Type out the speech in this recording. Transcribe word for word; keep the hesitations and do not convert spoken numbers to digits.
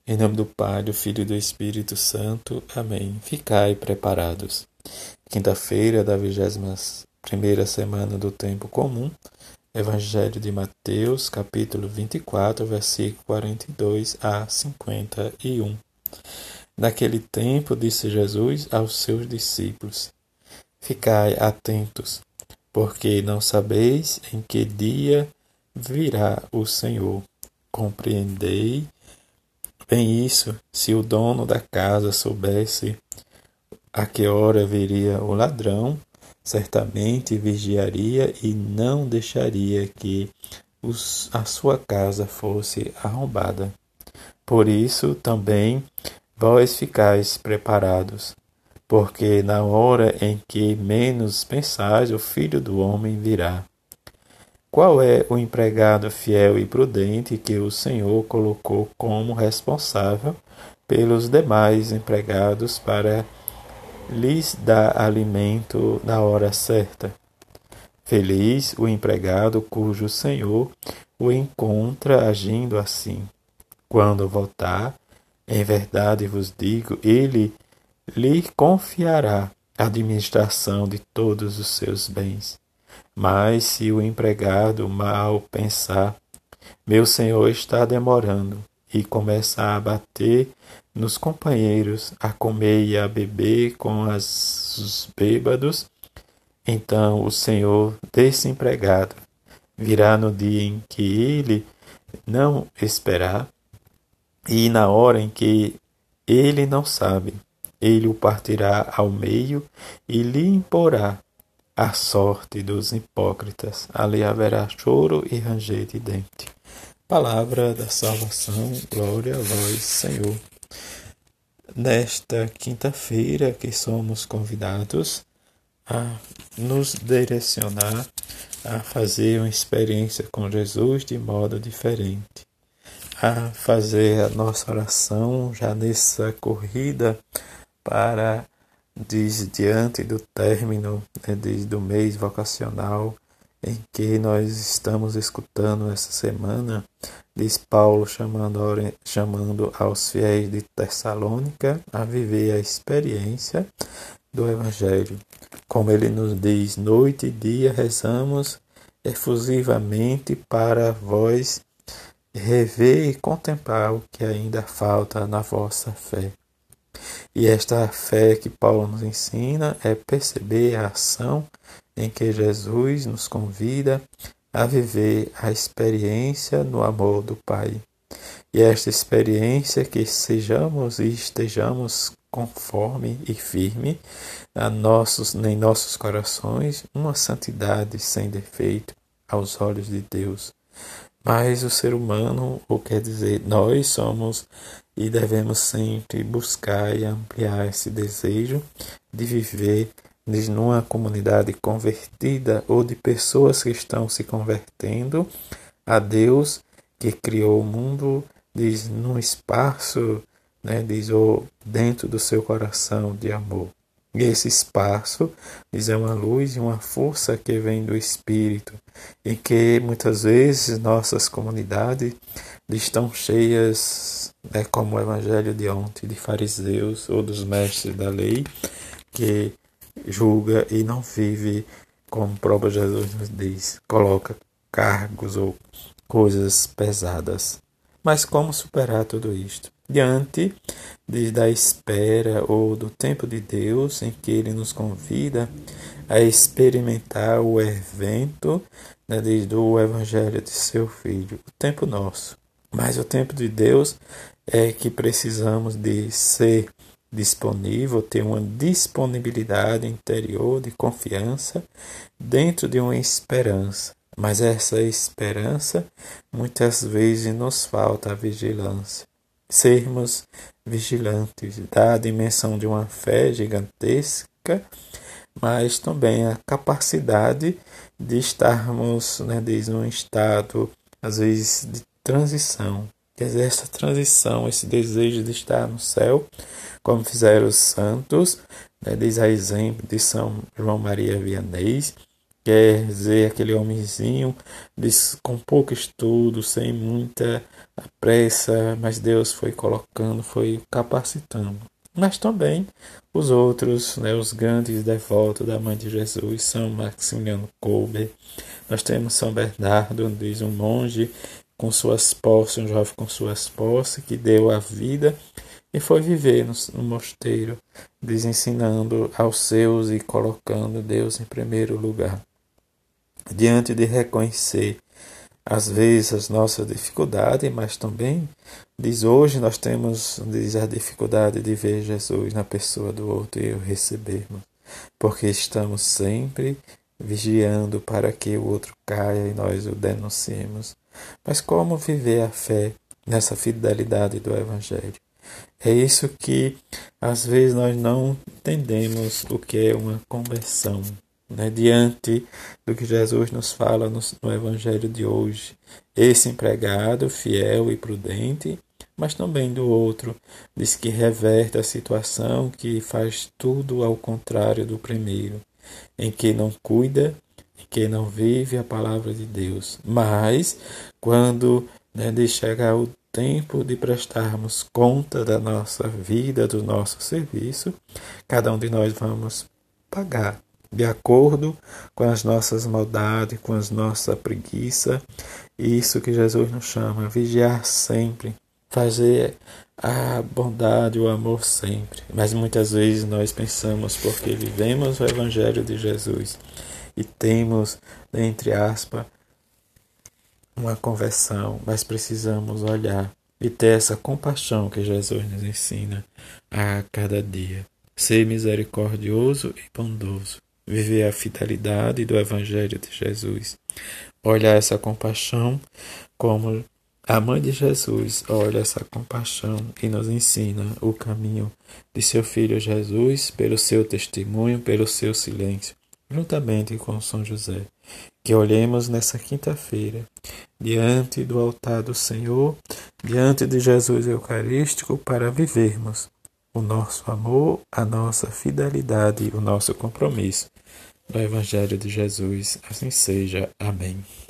Em nome do Pai, do Filho e do Espírito Santo. Amém. Ficai preparados. Quinta-feira da vigésima primeira semana do Tempo Comum. Evangelho de Mateus, capítulo vinte e quatro, versículo quarenta e dois a cinquenta e um. Naquele tempo, disse Jesus aos seus discípulos: Ficai atentos, porque não sabeis em que dia virá o Senhor. Compreendei bem isso. Se o dono da casa soubesse a que hora viria o ladrão, certamente vigiaria e não deixaria que os, a sua casa fosse arrombada. Por isso também vós ficais preparados, porque na hora em que menos pensais, o Filho do Homem virá. Qual é o empregado fiel e prudente que o Senhor colocou como responsável pelos demais empregados para lhes dar alimento na hora certa? Feliz o empregado cujo Senhor o encontra agindo assim. Quando voltar, em verdade vos digo, ele lhe confiará a administração de todos os seus bens. Mas se o empregado mal pensar, meu senhor está demorando, e começar a bater nos companheiros, a comer e a beber com as, os bêbados, então o senhor desse empregado virá no dia em que ele não esperar, e na hora em que ele não sabe, ele o partirá ao meio e lhe imporá a sorte dos hipócritas. Ali haverá choro e ranger de dente. Palavra da salvação, glória a vós, Senhor. Nesta quinta-feira que somos convidados a nos direcionar a fazer uma experiência com Jesus de modo diferente, a fazer a nossa oração já nessa corrida para Diz, diante do término né, desde o mês vocacional em que nós estamos escutando essa semana, diz Paulo chamando, chamando aos fiéis de Tessalônica a viver a experiência do Evangelho. Como ele nos diz, noite e dia rezamos efusivamente para vós rever e contemplar o que ainda falta na vossa fé. E esta fé que Paulo nos ensina é perceber a ação em que Jesus nos convida a viver a experiência no amor do Pai. E esta experiência que sejamos e estejamos conforme e firme a nossos, em nossos corações, uma santidade sem defeito aos olhos de Deus. Mas o ser humano, ou quer dizer, nós somos e devemos sempre buscar e ampliar esse desejo de viver numa comunidade convertida ou de pessoas que estão se convertendo a Deus que criou o mundo, diz, num espaço, né, diz, ou dentro do seu coração de amor. E esse espaço, diz, é uma luz e uma força que vem do Espírito, e que muitas vezes nossas comunidades estão cheias, né, como o Evangelho de ontem, de fariseus ou dos mestres da lei, que julga e não vive como o próprio Jesus nos diz, coloca cargos ou coisas pesadas. Mas como superar tudo isto? Diante de, da espera ou do tempo de Deus em que Ele nos convida a experimentar o evento, né, do Evangelho de seu Filho, o tempo nosso. Mas o tempo de Deus é que precisamos de ser disponível, ter uma disponibilidade interior de confiança dentro de uma esperança. Mas essa esperança muitas vezes nos falta a vigilância. Sermos vigilantes da dimensão de uma fé gigantesca, mas também a capacidade de estarmos, né, desde um estado, às vezes, de transição. Quer dizer, essa transição, esse desejo de estar no céu, como fizeram os santos, né, diz a exemplo de São João Maria Vianney, quer dizer, aquele homenzinho diz, com pouco estudo, sem muita à pressa, mas Deus foi colocando, foi capacitando. Mas também os outros, né, os grandes devotos da Mãe de Jesus, São Maximiliano Kolbe. Nós temos São Bernardo, diz um monge com suas posses, um jovem com suas posses, que deu a vida e foi viver no, no mosteiro, diz, ensinando aos seus e colocando Deus em primeiro lugar. Diante de reconhecer, às vezes, as nossas dificuldades, mas também, diz, hoje nós temos, diz, a dificuldade de ver Jesus na pessoa do outro e o recebermos, porque estamos sempre vigiando para que o outro caia e nós o denunciemos. Mas como viver a fé nessa fidelidade do Evangelho? É isso que, às vezes, nós não entendemos o que é uma conversão. Né? Diante do que Jesus nos fala no, no Evangelho de hoje, esse empregado fiel e prudente, mas também do outro, diz que reverte a situação, que faz tudo ao contrário do primeiro, em que não cuida, em que não vive a palavra de Deus. Mas, quando, né, de chegar o tempo de prestarmos conta da nossa vida, do nosso serviço, cada um de nós vamos pagar de acordo com as nossas maldades, com as nossa preguiça. Isso que Jesus nos chama, vigiar sempre, fazer a bondade, o amor sempre. Mas muitas vezes nós pensamos, porque vivemos o Evangelho de Jesus e temos, entre aspas, uma conversão, mas precisamos olhar e ter essa compaixão que Jesus nos ensina a cada dia. Ser misericordioso e bondoso. Viver a fidelidade do Evangelho de Jesus. Olhar essa compaixão como a Mãe de Jesus olha essa compaixão e nos ensina o caminho de seu Filho Jesus pelo seu testemunho, pelo seu silêncio, juntamente com São José. Que olhemos nessa quinta-feira, diante do altar do Senhor, diante de Jesus Eucarístico, para vivermos o nosso amor, a nossa fidelidade, o nosso compromisso no Evangelho de Jesus. Assim seja. Amém.